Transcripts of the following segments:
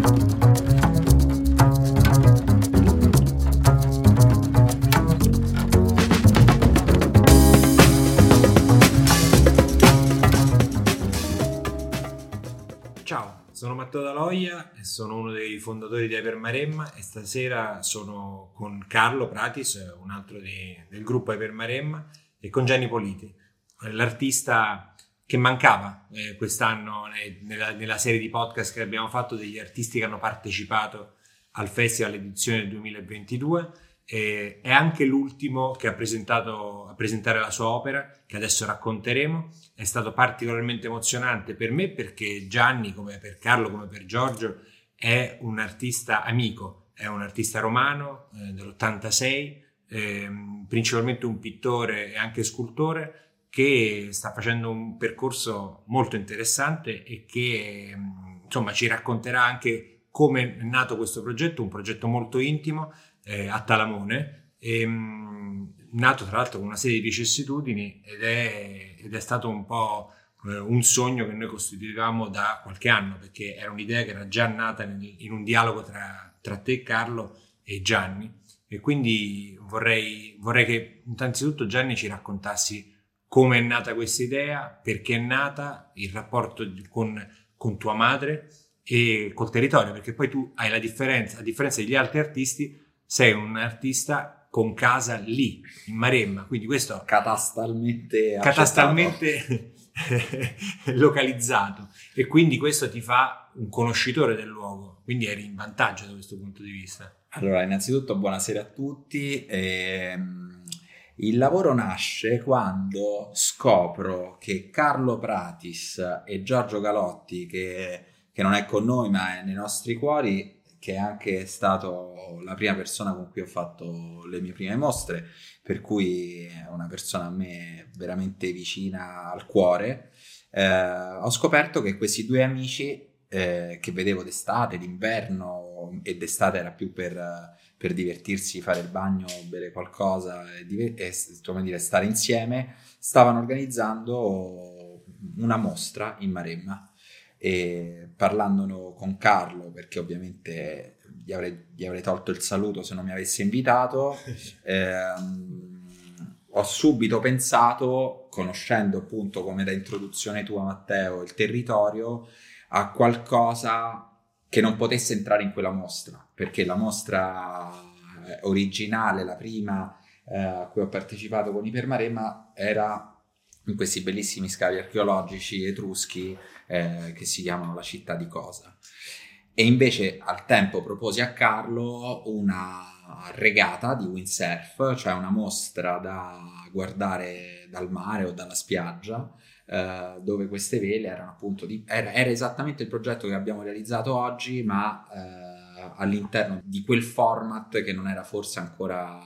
Ciao, sono Matteo Daloia e sono uno dei fondatori di Hypermaremma e stasera sono con Carlo Pratis, un altro del gruppo Hypermaremma, e con Gianni Politi, l'artista che mancava quest'anno nella serie di podcast che abbiamo fatto degli artisti che hanno partecipato al festival edizione del 2022. È anche l'ultimo che a presentare la sua opera, che adesso racconteremo. È stato particolarmente emozionante per me perché Gianni, come per Carlo, come per Giorgio, è un artista amico, è un artista romano dell'86, principalmente un pittore e anche scultore che sta facendo un percorso molto interessante e che insomma ci racconterà anche come è nato questo progetto, un progetto molto intimo a Talamone, nato tra l'altro con una serie di vicissitudini ed è stato un po' un sogno che noi costituivamo da qualche anno, perché era un'idea che era già nata in un dialogo tra te, Carlo, e Gianni, e quindi vorrei che innanzitutto Gianni ci raccontassi come è nata questa idea, perché è nata, il rapporto con tua madre e col territorio, perché poi tu hai a differenza degli altri artisti, sei un artista con casa lì, in Maremma, quindi questo catastalmente localizzato, e quindi questo ti fa un conoscitore del luogo, quindi eri in vantaggio da questo punto di vista. Allora, innanzitutto buonasera a tutti. Il lavoro nasce quando scopro che Carlo Pratis e Giorgio Galotti, che non è con noi ma è nei nostri cuori, che è anche stato la prima persona con cui ho fatto le mie prime mostre, per cui è una persona a me veramente vicina al cuore. Ho scoperto che questi due amici che vedevo d'estate, d'inverno, e d'estate era più per divertirsi, fare il bagno, bere qualcosa e come dire, stare insieme, stavano organizzando una mostra in Maremma. E parlando con Carlo, perché ovviamente gli avrei tolto il saluto se non mi avesse invitato, ho subito pensato, conoscendo appunto, come da introduzione tua Matteo, il territorio, a qualcosa che non potesse entrare in quella mostra, perché la mostra originale, la prima a cui ho partecipato con Hypermaremma, era in questi bellissimi scavi archeologici etruschi che si chiamano la città di Cosa. E invece al tempo proposi a Carlo una regata di windsurf, cioè una mostra da guardare dal mare o dalla spiaggia, dove queste vele erano appunto era esattamente il progetto che abbiamo realizzato oggi, ma all'interno di quel format che non era forse ancora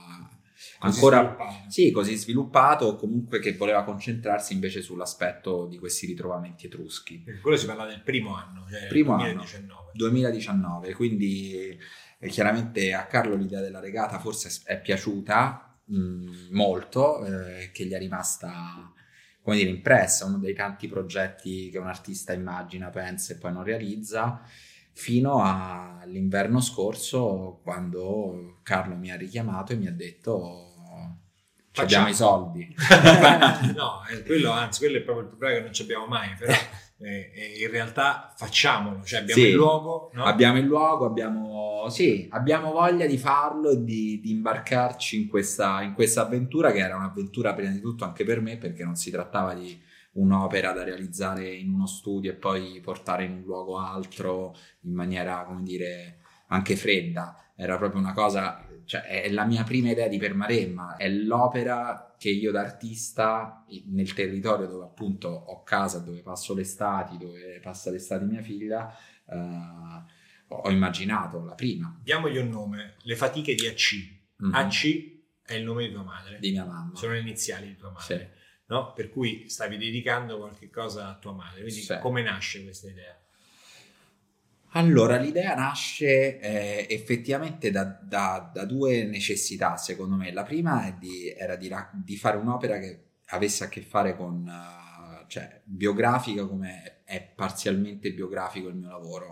così sviluppato, o comunque che voleva concentrarsi invece sull'aspetto di questi ritrovamenti etruschi. Perché quello si parla del primo anno, cioè primo 2019. Anno 2019, quindi chiaramente a Carlo l'idea della regata forse è piaciuta molto, che gli è rimasta, come dire, impressa, uno dei tanti progetti che un artista immagina, pensa e poi non realizza, fino all'inverno scorso, quando Carlo mi ha richiamato e mi ha detto abbiamo i soldi. No, quello è proprio il problema, che non ci abbiamo mai, però in realtà facciamolo, cioè abbiamo il luogo, no? Abbiamo il luogo, abbiamo voglia di farlo e di imbarcarci in questa avventura, che era un'avventura prima di tutto anche per me, perché non si trattava di un'opera da realizzare in uno studio e poi portare in un luogo altro in maniera, come dire, anche fredda. Era proprio una cosa, cioè è la mia prima idea di Hypermaremma, è l'opera che io da artista nel territorio dove appunto ho casa, dove passo l'estate, dove passa l'estate mia figlia, ho immaginato la prima. Diamogli un nome: Le fatiche di AC. Mm-hmm. AC è il nome di tua madre. Di mia mamma. Sono le iniziali di tua madre. Sì. No? Per cui stavi dedicando qualche cosa a tua madre. Quindi sì. Come nasce questa idea? Allora, l'idea nasce effettivamente da due necessità, secondo me. La prima era di fare un'opera che avesse a che fare con, cioè, biografica, come è parzialmente biografico il mio lavoro.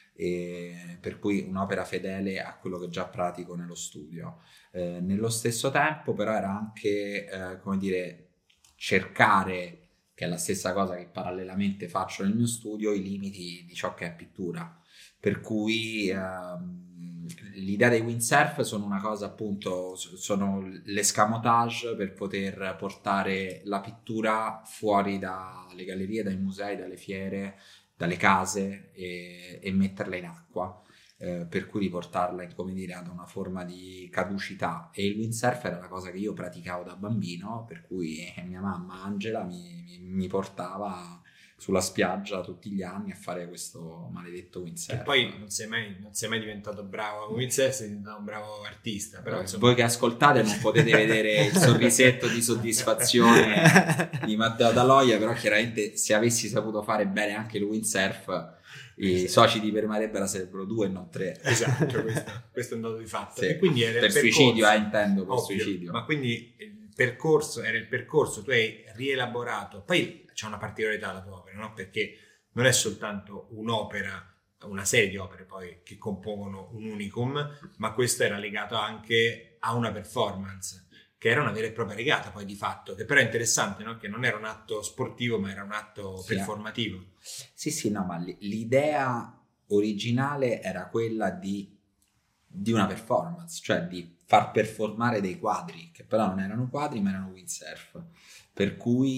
e per cui un'opera fedele a quello che già pratico nello studio. Nello stesso tempo però era anche, come dire, cercare, che è la stessa cosa che parallelamente faccio nel mio studio, i limiti di ciò che è pittura. Per cui l'idea dei windsurf sono una cosa, appunto, sono l'escamotage per poter portare la pittura fuori dalle gallerie, dai musei, dalle fiere, dalle case e metterla in acqua. Per cui riportarla come dire, ad una forma di caducità. E il windsurf era la cosa che io praticavo da bambino, per cui mia mamma Angela mi portava sulla spiaggia tutti gli anni a fare questo maledetto windsurf. E poi non sei mai diventato bravo a windsurf, sei diventato un bravo artista. Però, insomma... Voi che ascoltate non potete vedere il sorrisetto di soddisfazione di Matteo Daloia, però chiaramente se avessi saputo fare bene anche il windsurf, i soci di Permarebbera sarebbero 2 e non 3. Esatto, questo è un dato di fatto. Sì. E quindi era per suicidio, intendo per suicidio. Ma quindi era il percorso, tu hai rielaborato. Poi c'è una particolarità la tua opera, no? Perché non è soltanto un'opera, una serie di opere poi che compongono un unicum, ma questo era legato anche a una performance, che era una vera e propria regata poi di fatto, che però è interessante, no? Che non era un atto sportivo ma era un atto performativo. Sì, no, ma l'idea originale era quella di una performance, cioè di far performare dei quadri, che però non erano quadri ma erano windsurf, per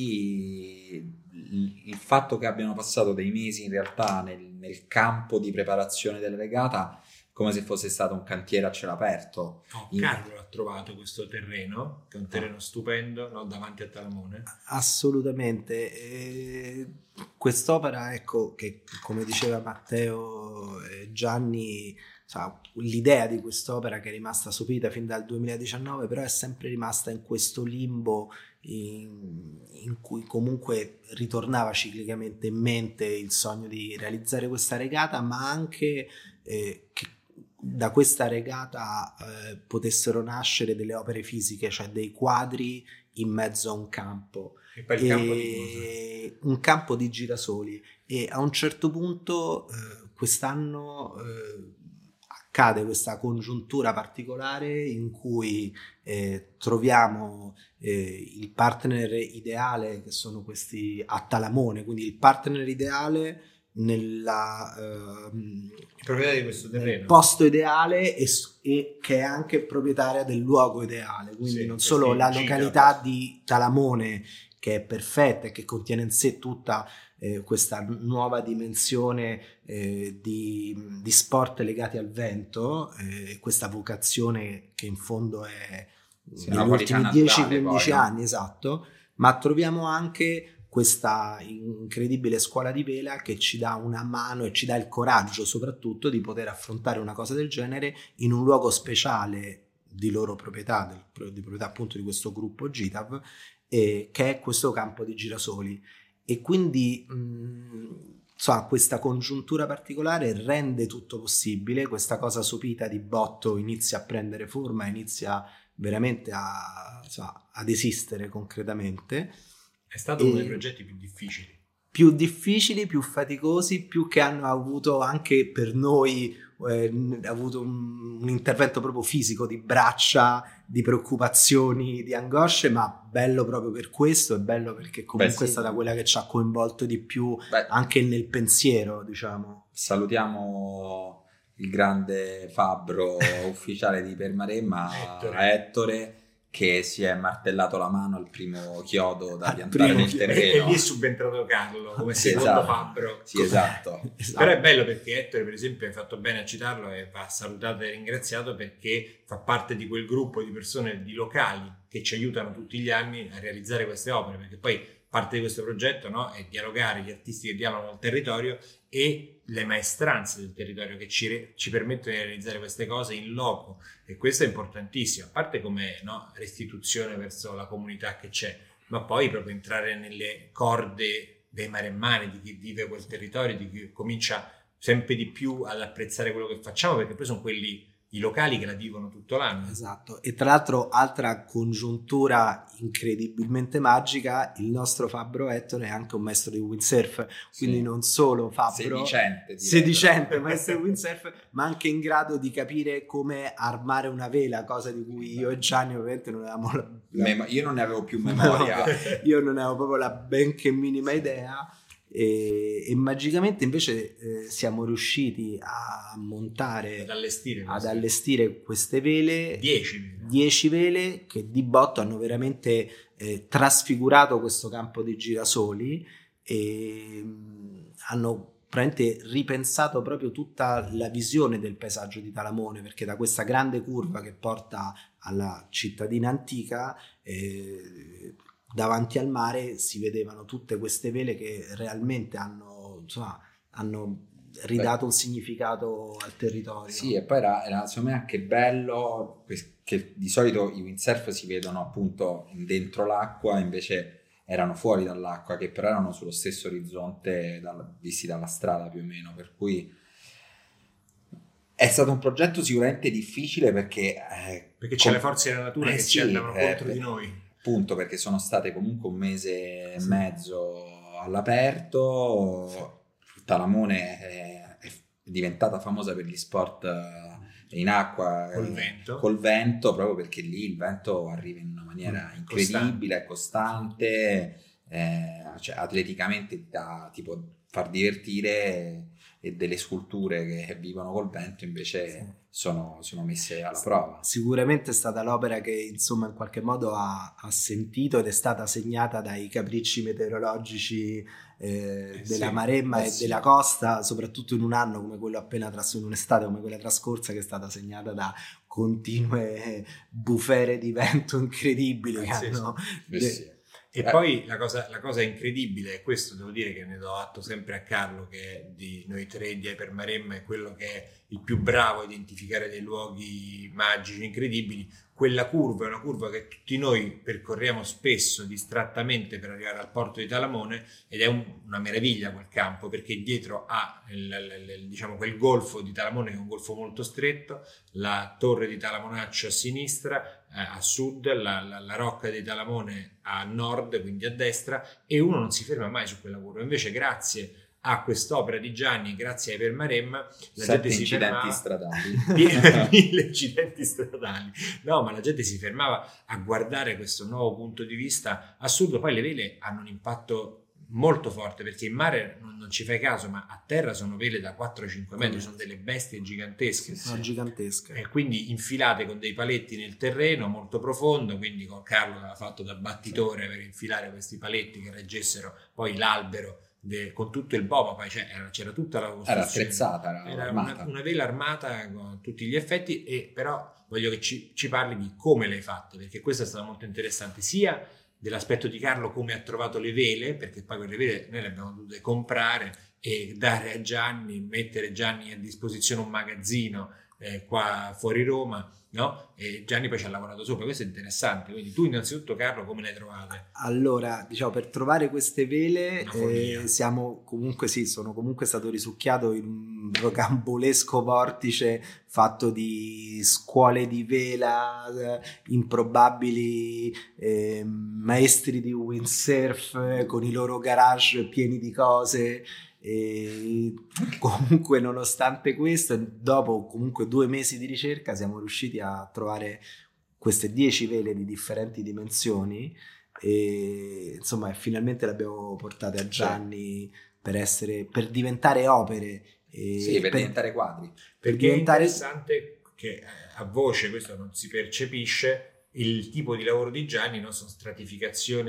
cui il fatto che abbiano passato dei mesi in realtà nel campo di preparazione della regata, come se fosse stato un cantiere a cielo aperto. Carlo ha trovato questo terreno, che è un terreno stupendo, no? Davanti a Talamone. Assolutamente. Quest'opera, ecco, che come diceva Matteo e Gianni, l'idea di quest'opera che è rimasta sopita fin dal 2019, però è sempre rimasta in questo limbo in cui comunque ritornava ciclicamente in mente il sogno di realizzare questa regata, ma anche che da questa regata potessero nascere delle opere fisiche, cioè dei quadri in mezzo a un campo. E poi il campo di cosa? Un campo di girasoli. E a un certo punto quest'anno accade questa congiuntura particolare in cui troviamo il partner ideale, che sono questi a Talamone, quindi il partner ideale nella proprietà di questo terreno, posto ideale e che è anche proprietaria del luogo ideale, quindi sì, non solo la località di Talamone, che è perfetta e che contiene in sé tutta questa nuova dimensione di sport legati al vento, questa vocazione che in fondo è negli ultimi 10-15 anni, esatto, ma troviamo anche questa incredibile scuola di vela che ci dà una mano e ci dà il coraggio soprattutto di poter affrontare una cosa del genere in un luogo speciale di loro proprietà, di proprietà appunto di questo gruppo GITAV, che è questo campo di girasoli. E quindi questa congiuntura particolare rende tutto possibile, questa cosa sopita di botto inizia a prendere forma, inizia veramente ad esistere concretamente. È stato uno dei progetti più difficili, più faticosi, più che hanno avuto anche per noi avuto un intervento proprio fisico, di braccia, di preoccupazioni, di angosce, ma bello proprio per questo, è bello perché comunque è stata quella che ci ha coinvolto di più anche nel pensiero, diciamo. Salutiamo il grande fabbro ufficiale di Permaremma, Ettore, che si è martellato la mano al primo chiodo da piantare nel terreno. E lì è subentrato Carlo come secondo fabbro. Sì, esatto. Però è bello perché Ettore, per esempio, hai fatto bene a citarlo e va salutato e ringraziato perché fa parte di quel gruppo di persone, di locali, che ci aiutano tutti gli anni a realizzare queste opere, perché poi parte di questo progetto, no, è dialogare gli artisti che dialogano al territorio e le maestranze del territorio che ci permettono di realizzare queste cose in loco, e questo è importantissimo, a parte come restituzione verso la comunità che c'è, ma poi proprio entrare nelle corde dei maremmani, di chi vive quel territorio, di chi comincia sempre di più ad apprezzare quello che facciamo, perché poi sono quelli i locali che la vivono tutto l'anno. Esatto, e tra l'altro altra congiuntura incredibilmente magica, il nostro Fabbro Ettore è anche un maestro di windsurf, quindi non solo Fabbro, sedicente maestro di windsurf, ma anche in grado di capire come armare una vela, cosa di cui io e Gianni ovviamente non avevamo io non ne avevo più memoria. Io non ne avevo proprio la benché minima idea. E magicamente invece siamo riusciti a montare, ad allestire queste vele, 10 vele che di botto hanno veramente trasfigurato questo campo di girasoli e hanno praticamente ripensato proprio tutta la visione del paesaggio di Talamone, perché da questa grande curva che porta alla cittadina antica davanti al mare si vedevano tutte queste vele che realmente hanno ridato un significato al territorio. Sì, e poi era secondo me anche bello che di solito i windsurf si vedono appunto dentro l'acqua, invece erano fuori dall'acqua, che però erano sullo stesso orizzonte visti dalla strada più o meno, per cui è stato un progetto sicuramente difficile perché c'è le forze della natura che ci andavano contro di noi. Appunto, perché sono state comunque un mese e mezzo all'aperto. Talamone è diventata famosa per gli sport in acqua col vento, proprio perché lì il vento arriva in una maniera incredibile, costante, cioè atleticamente da tipo far divertire, e delle sculture che vivono col vento invece sono messe alla prova. Sicuramente è stata l'opera che insomma in qualche modo ha sentito ed è stata segnata dai capricci meteorologici della Maremma e della costa, soprattutto in un anno come quello appena in un'estate come quella trascorsa, che è stata segnata da continue bufere di vento incredibili che hanno... E poi la cosa incredibile, e questo devo dire che ne do atto sempre a Carlo, che di noi tre di Hyper Maremma è quello che è il più bravo a identificare dei luoghi magici, incredibili. Quella curva è una curva che tutti noi percorriamo spesso distrattamente per arrivare al porto di Talamone, ed è una meraviglia quel campo, perché dietro ha diciamo quel golfo di Talamone, che è un golfo molto stretto, la torre di Talamonaccio a sinistra, a sud, la rocca di Talamone a nord, quindi a destra, e uno non si ferma mai su quella curva. Invece grazie a quest'opera di Gianni, grazie a Hyper Maremma, la gente si fermava stradali. 1000 incidenti stradali. No, ma la gente si fermava a guardare questo nuovo punto di vista assurdo. Poi le vele hanno un impatto molto forte, perché in mare non ci fai caso, ma a terra sono vele da 4-5 metri, sono delle bestie gigantesche. Gigantesche. E quindi infilate con dei paletti nel terreno molto profondo, quindi con Carlo aveva fatto da battitore per infilare questi paletti che reggessero poi l'albero con tutto il bomo. Poi c'era tutta la costruzione, era attrezzata, era una vela armata con tutti gli effetti. E però voglio che ci parli di come le hai fatte, perché questa è stata molto interessante, sia dell'aspetto di Carlo, come ha trovato le vele, perché poi quelle vele noi le abbiamo dovute comprare e dare a Gianni, mettere Gianni a disposizione un magazzino qua fuori Roma, no? E Gianni poi ci ha lavorato sopra. Questo è interessante. Quindi tu innanzitutto, Carlo, come le hai trovate? Allora, diciamo, per trovare queste vele sono comunque stato risucchiato in un rocambolesco vortice fatto di scuole di vela, improbabili maestri di windsurf con i loro garage pieni di cose. E comunque, nonostante questo, dopo comunque 2 mesi di ricerca siamo riusciti a trovare queste 10 vele di differenti dimensioni, e insomma finalmente le abbiamo portate a Gianni per diventare opere, per diventare quadri, perché è interessante che a voce questo non si percepisce. Il tipo di lavoro di Gianni, no? Sono stratificazioni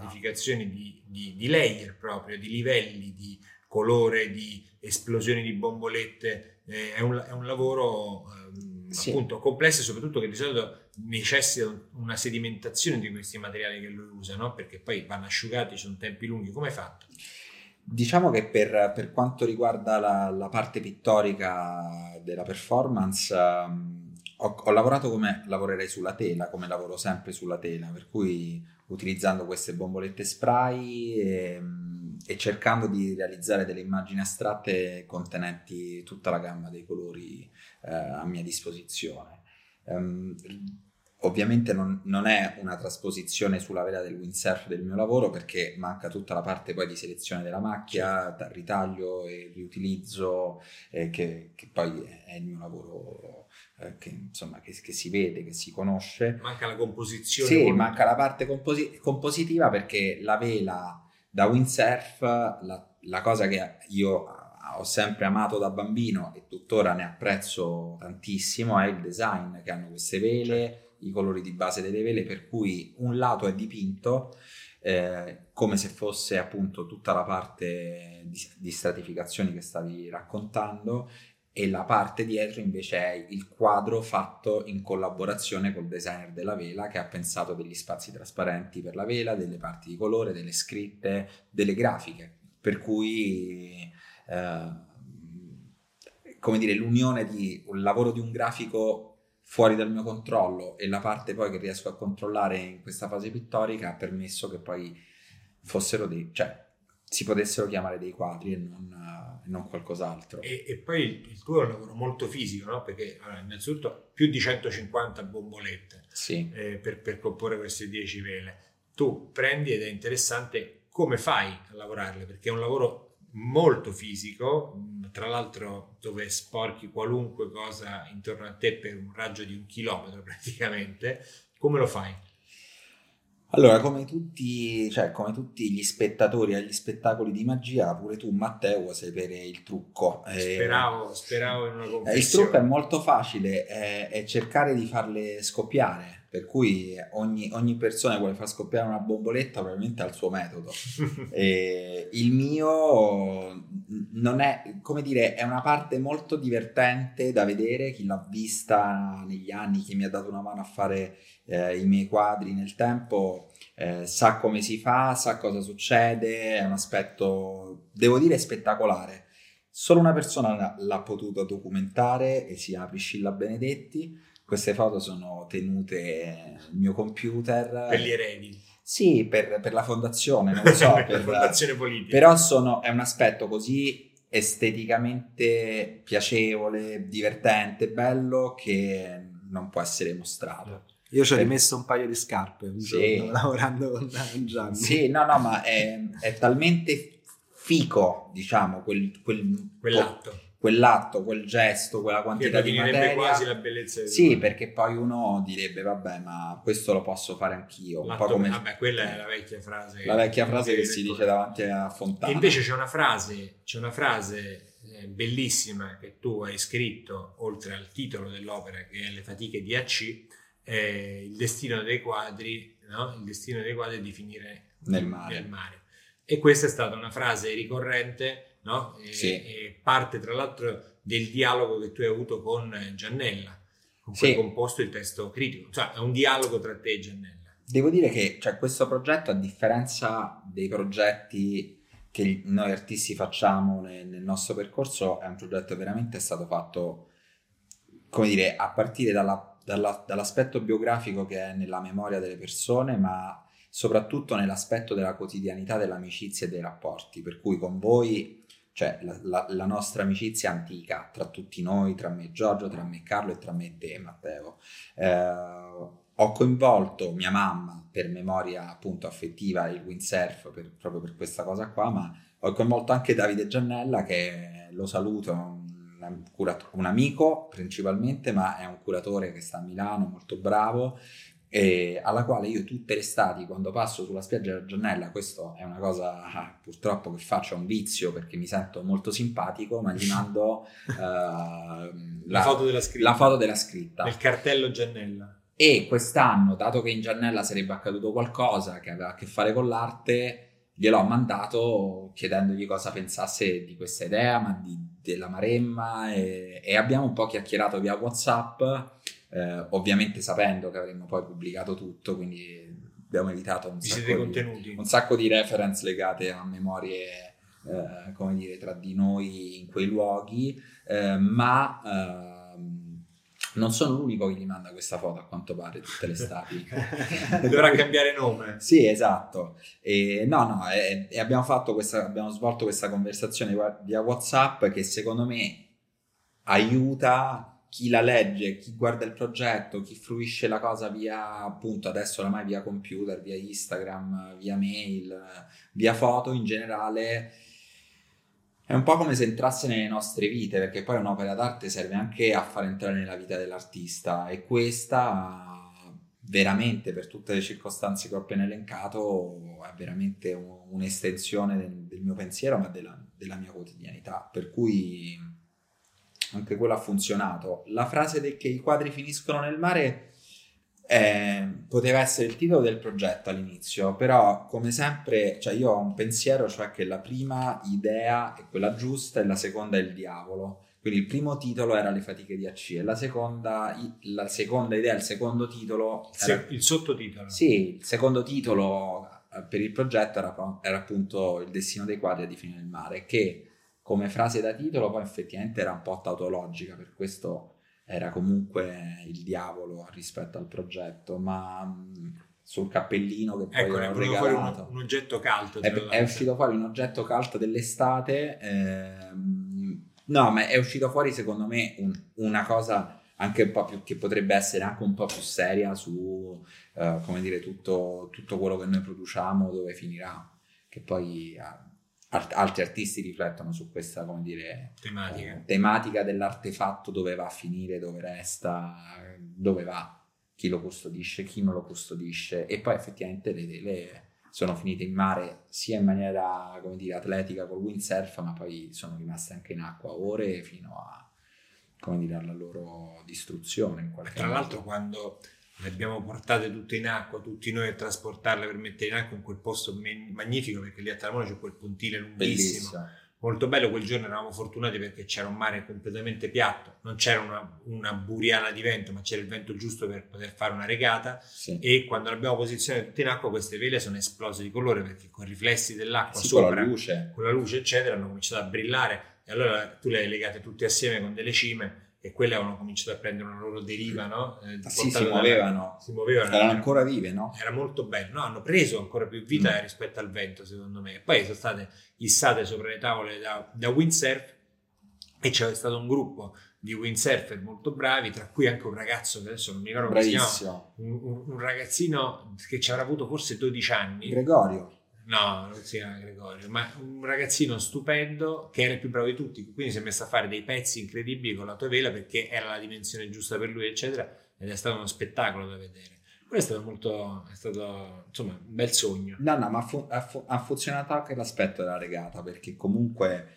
di layer, proprio di livelli di colore, di esplosioni di bombolette. È un lavoro appunto complesso, e soprattutto che di solito necessita una sedimentazione di questi materiali che lui usa, no? Perché poi vanno asciugati, sono tempi lunghi. Come hai fatto? Diciamo che per quanto riguarda la parte pittorica della performance, ho lavorato come lavorerei sulla tela, come lavoro sempre sulla tela, per cui utilizzando queste bombolette spray e cercando di realizzare delle immagini astratte contenenti tutta la gamma dei colori a mia disposizione. Ovviamente non è una trasposizione sulla vela del windsurf del mio lavoro, perché manca tutta la parte poi di selezione della macchia, ritaglio e riutilizzo, che poi è il mio lavoro, che insomma che si vede, che si conosce. Manca la composizione. Sì, manca la parte compositiva, perché la vela da windsurf, la cosa che io ho sempre amato da bambino e tuttora ne apprezzo tantissimo, è il design che hanno queste vele, i colori di base delle vele, per cui un lato è dipinto come se fosse appunto tutta la parte di stratificazioni che stavi raccontando, e la parte dietro invece è il quadro fatto in collaborazione col designer della vela, che ha pensato degli spazi trasparenti per la vela, delle parti di colore, delle scritte, delle grafiche, per cui come dire, l'unione di un lavoro di un grafico fuori dal mio controllo e la parte poi che riesco a controllare in questa fase pittorica ha permesso che poi fossero cioè si potessero chiamare dei quadri e non qualcos'altro. E poi il tuo è un lavoro molto fisico, no? Perché innanzitutto più di 150 bombolette, sì, per comporre queste 10 vele. Tu prendi, ed è interessante come fai a lavorarle, perché è un lavoro molto fisico, tra l'altro dove sporchi qualunque cosa intorno a te per un raggio di 1 chilometro praticamente. Come lo fai? Allora, come tutti gli spettatori agli spettacoli di magia, pure tu, Matteo, vuoi sapere il trucco. Speravo in una confessione. Il trucco è molto facile, è cercare di farle scoppiare, per cui ogni persona che vuole far scoppiare una bomboletta probabilmente ha il suo metodo. Il mio non è, come dire, è una parte molto divertente da vedere. Chi l'ha vista negli anni, chi mi ha dato una mano a fare i miei quadri nel tempo, sa come si fa, sa cosa succede. È un aspetto, devo dire, spettacolare. Solo una persona l'ha potuto documentare, e si chiama Priscilla Benedetti. Queste foto sono tenute nel mio computer. Per gli eredi? Sì, per la fondazione, non lo so. Per la fondazione politica. Però è un aspetto così esteticamente piacevole, divertente, bello, che non può essere mostrato. Io ci ho rimesso un paio di scarpe un giorno lavorando con Gianni. Sì, no, ma è talmente fico, diciamo, quell'atto, quel gesto, quella quantità di materia, quasi la bellezza del sì, perché poi uno direbbe vabbè, ma questo lo posso fare anch'io, un po' come vabbè, quella è la vecchia frase che si dice davanti a Fontana. E invece c'è una frase bellissima che tu hai scritto oltre al titolo dell'opera, che è Le fatiche di AC. Il destino dei quadri, no? Il destino dei quadri è di finire nel mare. E questa è stata una frase ricorrente, no? E parte tra l'altro del dialogo che tu hai avuto con Giannella, con cui hai composto il testo critico. Cioè è un dialogo tra te e Giannella. Devo dire che questo progetto, a differenza dei progetti che noi artisti facciamo nel nostro percorso, è un progetto che veramente è stato fatto, come dire, a partire dall'aspetto biografico che è nella memoria delle persone, ma soprattutto nell'aspetto della quotidianità dell'amicizia e dei rapporti, per cui con voi, cioè la nostra amicizia antica tra tutti noi, tra me e Giorgio, tra me e Carlo e tra me e te, Matteo. Ho coinvolto mia mamma per memoria appunto affettiva, il windsurf, proprio per questa cosa qua, ma ho coinvolto anche Davide Giannella, che lo saluto, un amico principalmente, ma è un curatore che sta a Milano, molto bravo, e alla quale io tutte le estati, quando passo sulla spiaggia della Giannella, questo è una cosa purtroppo che faccio, un vizio, perché mi sento molto simpatico, ma gli mando la foto della scritta nel cartello Giannella. E quest'anno, dato che in Giannella sarebbe accaduto qualcosa che aveva a che fare con l'arte, gliel'ho mandato chiedendogli cosa pensasse di questa idea, ma della Maremma, e abbiamo un po' chiacchierato via WhatsApp, ovviamente sapendo che avremmo poi pubblicato tutto, quindi abbiamo evitato un sacco di reference legate a memorie, come dire, tra di noi in quei luoghi, ma Non sono l'unico che gli manda questa foto, a quanto pare, tutte le estati. Dovrà cambiare nome. Sì, esatto. E abbiamo svolto questa conversazione via WhatsApp che secondo me aiuta chi la legge, chi guarda il progetto, chi fruisce la cosa via, appunto, adesso oramai via computer, via Instagram, via mail, via foto in generale. È un po' come se entrasse nelle nostre vite, perché poi un'opera d'arte serve anche a far entrare nella vita dell'artista, e questa veramente, per tutte le circostanze che ho appena elencato, è veramente un'estensione del mio pensiero, ma della mia quotidianità, per cui anche quello ha funzionato. La frase che i quadri finiscono nel mare poteva essere il titolo del progetto all'inizio, però come sempre, cioè io ho un pensiero, cioè che la prima idea è quella giusta e la seconda è il diavolo. Quindi il primo titolo era Le fatiche di AC e la seconda idea, il secondo titolo il sottotitolo. Sì, il secondo titolo per il progetto era appunto Il destino dei quadri a definire il mare, che come frase da titolo poi effettivamente era un po' tautologica, per questo era comunque il diavolo rispetto al progetto, ma sul cappellino che poi ho regalato un oggetto cult. È uscito fuori un oggetto cult dell'estate, no, ma è uscito fuori secondo me una cosa anche un po' più, che potrebbe essere anche un po' più seria su come dire, tutto quello che noi produciamo, dove finirà, che poi altri artisti riflettono su questa, come dire, tematica dell'artefatto, dove va a finire, dove resta, dove va, chi lo custodisce, chi non lo custodisce, e poi effettivamente le tele sono finite in mare sia in maniera, come dire, atletica col windsurf, ma poi sono rimaste anche in acqua ore fino a, come dire, alla loro distruzione in qualche modo. Tra l'altro, quando le abbiamo portate tutte in acqua, tutti noi, a trasportarle per mettere in acqua in quel posto magnifico, perché lì a Talamone c'è quel pontile lunghissimo, bellissimo, molto bello. Quel giorno eravamo fortunati perché c'era un mare completamente piatto, non c'era una buriana di vento, ma c'era il vento giusto per poter fare una regata, sì. E quando l'abbiamo posizionate tutte in acqua, queste vele sono esplose di colore, perché con i riflessi dell'acqua sopra, con la luce eccetera, hanno cominciato a brillare, e allora tu le hai legate tutte assieme con delle cime, e quelle avevano cominciato a prendere una loro deriva, no? Sì, si muovevano, erano ancora vive, no? Era molto bello, no? Hanno preso ancora più vita rispetto al vento, secondo me. Poi sono state issate sopra le tavole da windsurf, e c'è stato un gruppo di windsurfer molto bravi, tra cui anche un ragazzo che adesso non mi ricordo come si chiama, un ragazzino che ci avrà avuto forse 12 anni. Gregorio. No, non si chiama Gregorio, ma un ragazzino stupendo che era il più bravo di tutti, quindi si è messo a fare dei pezzi incredibili con la tua vela, perché era la dimensione giusta per lui eccetera, ed è stato uno spettacolo da vedere. Questo è stato insomma un bel sogno. No, ma ha funzionato anche l'aspetto della regata, perché comunque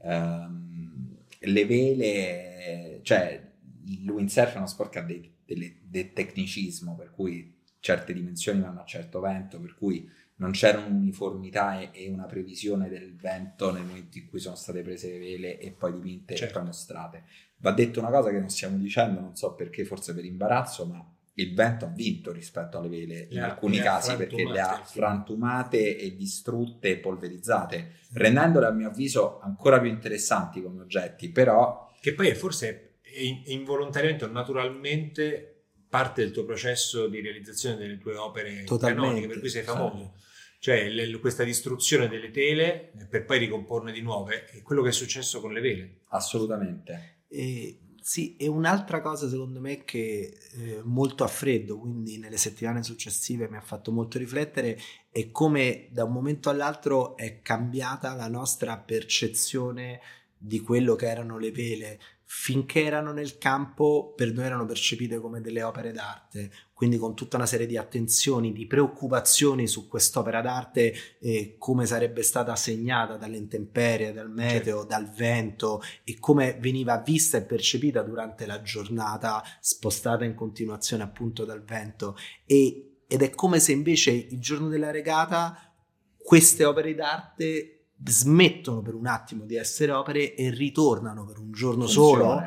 le vele, cioè il windsurf è uno sport che ha del tecnicismo, per cui certe dimensioni vanno a certo vento, per cui non c'era un'uniformità e una previsione del vento nel momento in cui sono state prese le vele e poi dipinte, certo, e poi mostrate. Va detto una cosa che non stiamo dicendo, non so perché, forse per imbarazzo, ma il vento ha vinto rispetto alle vele in alcuni casi, perché le ha frantumate e distrutte e polverizzate, rendendole a mio avviso ancora più interessanti come oggetti, però... Che poi forse è involontariamente o naturalmente parte del tuo processo di realizzazione delle tue opere canoniche, per cui sei famoso. Cioè questa distruzione delle tele per poi ricomporne di nuove, è quello che è successo con le vele. Assolutamente. Sì, e un'altra cosa secondo me che molto a freddo, quindi nelle settimane successive mi ha fatto molto riflettere, è come da un momento all'altro è cambiata la nostra percezione di quello che erano le vele. Finché erano nel campo, per noi erano percepite come delle opere d'arte, quindi con tutta una serie di attenzioni, di preoccupazioni su quest'opera d'arte, come sarebbe stata segnata dalle intemperie, dal meteo, certo, dal vento, e come veniva vista e percepita durante la giornata, spostata in continuazione appunto dal vento, ed è come se invece il giorno della regata queste opere d'arte smettono per un attimo di essere opere e ritornano per un giorno solo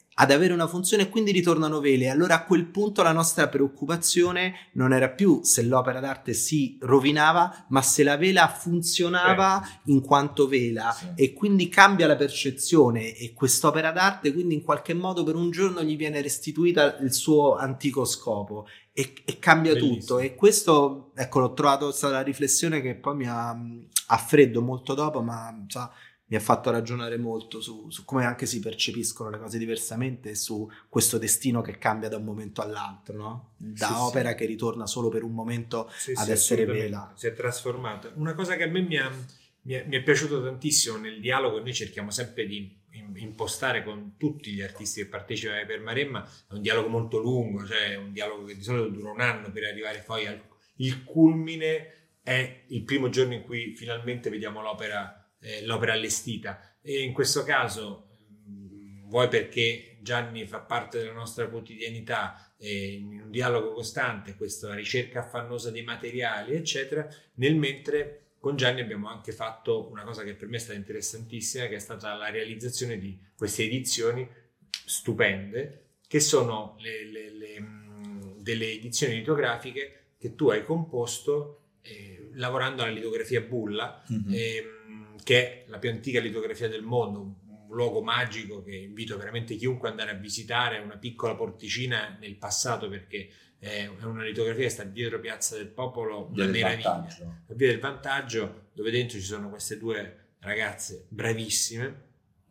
ad avere una funzione e quindi ritornano vele. Allora a quel punto la nostra preoccupazione non era più se l'opera d'arte si rovinava, ma se la vela funzionava in quanto vela, e quindi cambia la percezione, e quest'opera d'arte quindi in qualche modo per un giorno gli viene restituita il suo antico scopo e cambia tutto. E questo, ecco, l'ho trovato, stata la riflessione che poi mi ha a freddo molto dopo, ma mi ha fatto ragionare molto su come anche si percepiscono le cose diversamente, e su questo destino che cambia da un momento all'altro, no? Da opera che ritorna solo per un momento ad essere vela. Si è trasformata. Una cosa che a me mi è piaciuto tantissimo nel dialogo che noi cerchiamo sempre di impostare con tutti gli artisti che partecipano ai Per Maremma, è un dialogo molto lungo, cioè un dialogo che di solito dura un anno per arrivare poi il culmine è il primo giorno in cui finalmente vediamo l'opera allestita, e in questo caso vuoi perché Gianni fa parte della nostra quotidianità, in un dialogo costante, questa ricerca affannosa dei materiali eccetera, nel mentre con Gianni abbiamo anche fatto una cosa che per me è stata interessantissima, che è stata la realizzazione di queste edizioni stupende, che sono delle edizioni litografiche che tu hai composto lavorando alla litografia Bulla, che è la più antica litografia del mondo, un luogo magico che invito veramente chiunque ad andare a visitare, una piccola porticina nel passato, perché è una litografia che sta dietro Piazza del Popolo, la Via del Vantaggio, dove dentro ci sono queste due ragazze bravissime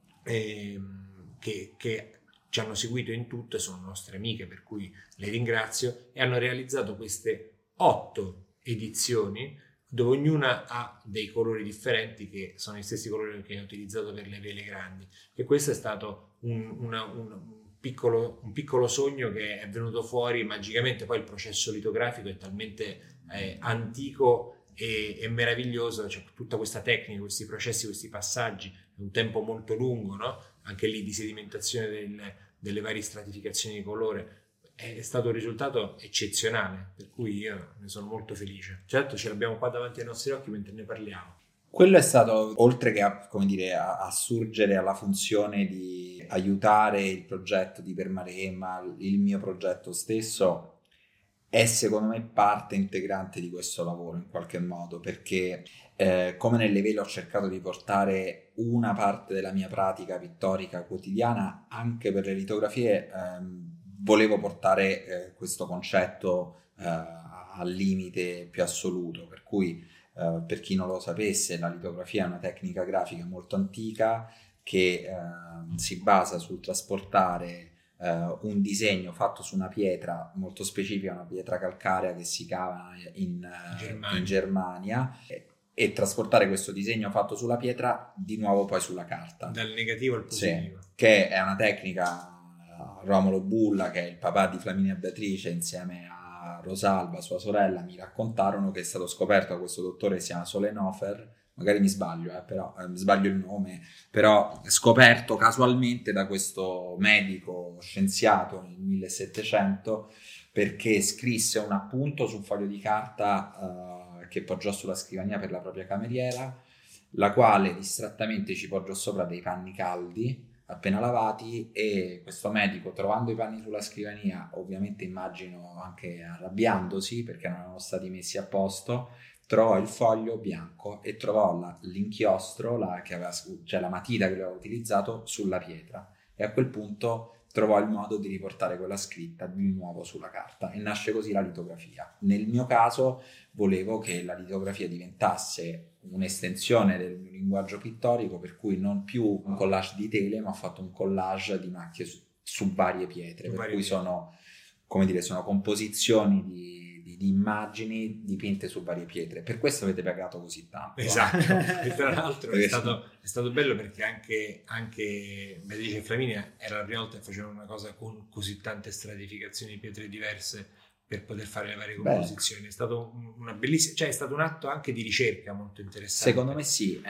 che ci hanno seguito in tutto e sono nostre amiche, per cui le ringrazio, e hanno realizzato queste 8 edizioni dove ognuna ha dei colori differenti, che sono gli stessi colori che ho utilizzato per le vele grandi, e questo è stato un piccolo sogno che è venuto fuori magicamente. Poi il processo litografico è talmente antico e meraviglioso, c'è tutta questa tecnica, questi processi, questi passaggi, è un tempo molto lungo, no? Anche lì di sedimentazione delle varie stratificazioni di colore. È stato un risultato eccezionale, per cui io ne sono molto felice. Certo, ce l'abbiamo qua davanti ai nostri occhi mentre ne parliamo. Quello è stato, oltre che a surgere alla funzione di aiutare il progetto di Per Maremma, il mio progetto stesso, è secondo me parte integrante di questo lavoro in qualche modo, perché come nelle vele ho cercato di portare una parte della mia pratica pittorica quotidiana, anche per le litografie volevo portare questo concetto al limite più assoluto, per cui per chi non lo sapesse, la litografia è una tecnica grafica molto antica che si basa sul trasportare un disegno fatto su una pietra molto specifica, una pietra calcarea che si cava in Germania, e trasportare questo disegno fatto sulla pietra di nuovo poi sulla carta. Dal negativo al positivo. Sì, che è una tecnica. Romolo Bulla, che è il papà di Flaminia Beatrice, insieme a Rosalba, sua sorella, mi raccontarono che è stato scoperto da questo dottore che si chiama Solenhofer, magari mi sbaglio, però sbaglio il nome, però scoperto casualmente da questo medico scienziato nel 1700, perché scrisse un appunto su un foglio di carta che poggiò sulla scrivania per la propria cameriera, la quale distrattamente ci poggiò sopra dei panni caldi appena lavati, e questo medico, trovando i panni sulla scrivania, ovviamente immagino anche arrabbiandosi perché non erano stati messi a posto, trovò il foglio bianco e trovò l'inchiostro, cioè la matita che lui aveva utilizzato, sulla pietra, e a quel punto trovò il modo di riportare quella scritta di nuovo sulla carta, e nasce così la litografia. Nel mio caso volevo che la litografia diventasse un'estensione del mio linguaggio pittorico, per cui non più un collage di tele, ma ho fatto un collage di macchie su varie pietre, per cui sono, come dire, sono composizioni di immagini dipinte su varie pietre. Per questo avete pagato così tanto. Esatto. E tra l'altro è stato bello, perché anche Beatrice e Flaminia era la prima volta che facevano una cosa con così tante stratificazioni di pietre diverse per poter fare le varie composizioni. È stato una bellissima, cioè è stato un atto anche di ricerca molto interessante. Secondo me sì,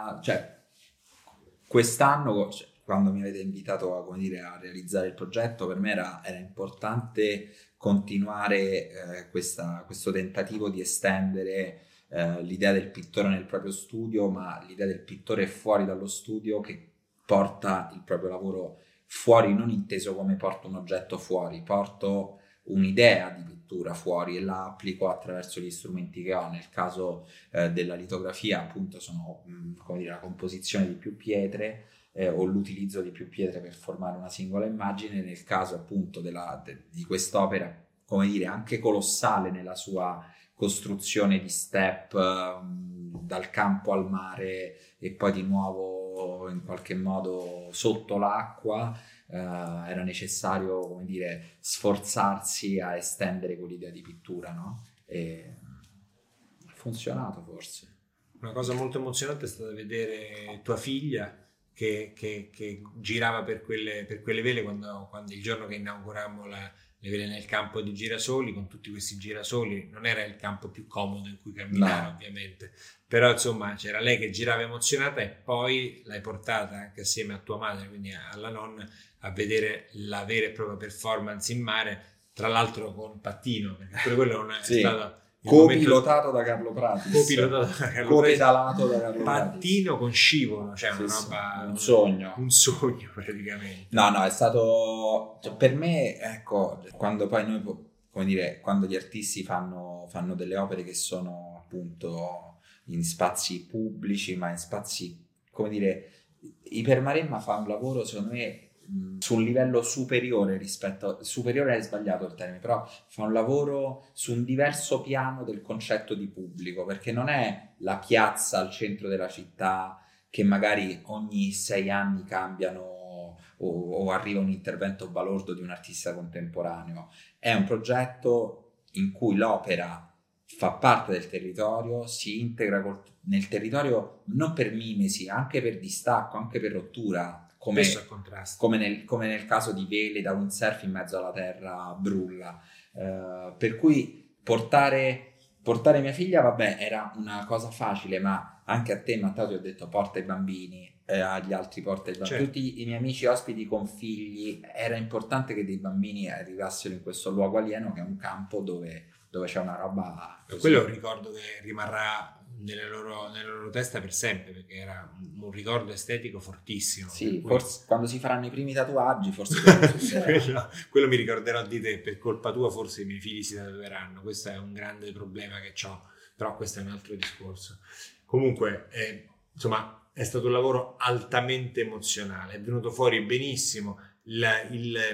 quest'anno, quando mi avete invitato a realizzare il progetto, per me era importante continuare questo tentativo di estendere l'idea del pittore nel proprio studio, ma l'idea del pittore fuori dallo studio, che porta il proprio lavoro fuori non inteso come porto un oggetto fuori, porto un'idea di pittura fuori e la applico attraverso gli strumenti che ho. Nel caso della litografia, appunto, sono come dire, la composizione di più pietre o l'utilizzo di più pietre per formare una singola immagine. Nel caso appunto di quest'opera, come dire, anche colossale nella sua costruzione di step dal campo al mare e poi di nuovo in qualche modo sotto l'acqua, era necessario, come dire, sforzarsi a estendere quell'idea di pittura, no? E ha funzionato forse. Una cosa molto emozionante è stata vedere tua figlia che girava per quelle vele quando il giorno che inaugurammo le vele nel campo di girasoli, con tutti questi girasoli. Non era il campo più comodo in cui camminare, No. ovviamente, però insomma c'era lei che girava emozionata, e poi l'hai portata anche assieme a tua madre, quindi alla nonna, a vedere la vera e propria performance in mare, tra l'altro con pattino, perché pure quello non è Sì. stato Copilotato da Carlo Pratis, copedalato da Carlo Pratis. pattino con scivolo, cioè Sì, una sì, roba, un sogno. praticamente. No, è stato, cioè, per me, ecco, quando poi noi, come dire, quando gli artisti fanno delle opere che sono appunto in spazi pubblici, ma in spazi, come dire, Ipermaremma fa un lavoro, secondo me, su un livello superiore superiore è sbagliato il termine, però fa un lavoro su un diverso piano del concetto di pubblico, perché non è la piazza al centro della città che magari ogni 6 anni cambiano o arriva un intervento balordo di un artista contemporaneo. È un progetto in cui l'opera fa parte del territorio, si integra nel territorio non per mimesi, anche per distacco, anche per rottura, come nel caso di vele da windsurf in mezzo alla terra brulla. Per cui portare mia figlia, vabbè, era una cosa facile, ma anche a te, Matteo, ti ho detto porta i bambini, agli altri porta i bambini. Certo. Tutti i miei amici ospiti con figli, era importante che dei bambini arrivassero in questo luogo alieno, che è un campo dove c'è una roba così. Quello è un ricordo che rimarrà nelle loro testa per sempre, perché era un ricordo estetico fortissimo. Sì, cui... forse quando si faranno i primi tatuaggi, forse quello mi ricorderò di te, per colpa tua forse i miei figli si tatueranno. Questo è un grande problema che ho, però questo è un altro discorso. Comunque, insomma, è stato un lavoro altamente emozionale, è venuto fuori benissimo, le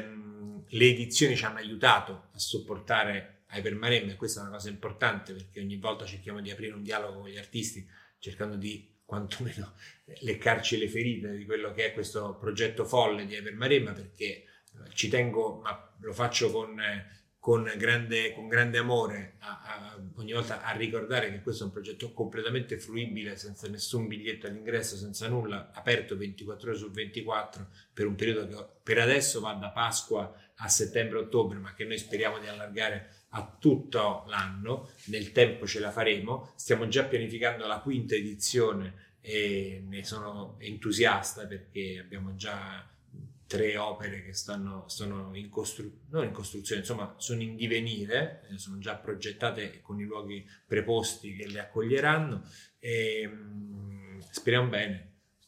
edizioni ci hanno aiutato a sopportare Ipermaremma, e questa è una cosa importante, perché ogni volta cerchiamo di aprire un dialogo con gli artisti, cercando di quantomeno leccarci le ferite di quello che è questo progetto folle di Ipermaremma, perché ci tengo, ma lo faccio con grande amore ogni volta a ricordare che questo è un progetto completamente fruibile, senza nessun biglietto all'ingresso, senza nulla, aperto 24 ore su 24 per un periodo che per adesso va da Pasqua a settembre-ottobre, ma che noi speriamo di allargare a tutto l'anno. Nel tempo ce la faremo, stiamo già pianificando la 5ª edizione e ne sono entusiasta, perché abbiamo già 3 opere che sono non in costruzione, insomma sono in divenire, sono già progettate con i luoghi preposti che le accoglieranno, e speriamo bene.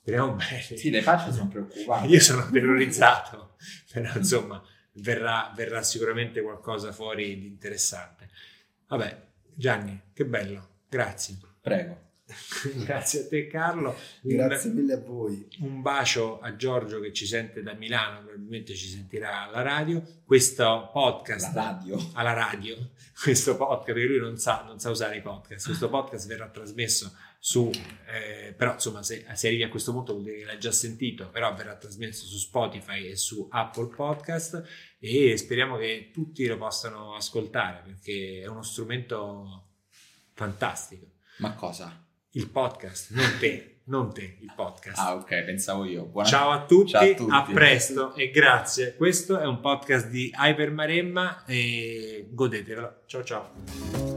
Sì, le facce sono preoccupanti. Io sono terrorizzato, però insomma verrà sicuramente qualcosa fuori di interessante. Vabbè, Gianni, che bello, grazie. Prego. Grazie a te, Carlo. Grazie mille a voi. Un bacio a Giorgio che ci sente da Milano, probabilmente ci sentirà alla radio. Questo podcast alla radio. Questo podcast, perché lui non sa usare i podcast. Questo podcast verrà trasmesso però insomma se arrivi a questo punto vuol dire che l'hai già sentito, però verrà trasmesso su Spotify e su Apple Podcast, e speriamo che tutti lo possano ascoltare, perché è uno strumento fantastico. Ma cosa? Il podcast, non te, il podcast. Ah, ok, pensavo io. Ciao a tutti, Ciao a tutti, a presto e grazie. Questo è un podcast di Ipermaremma e godetevelo. Ciao ciao.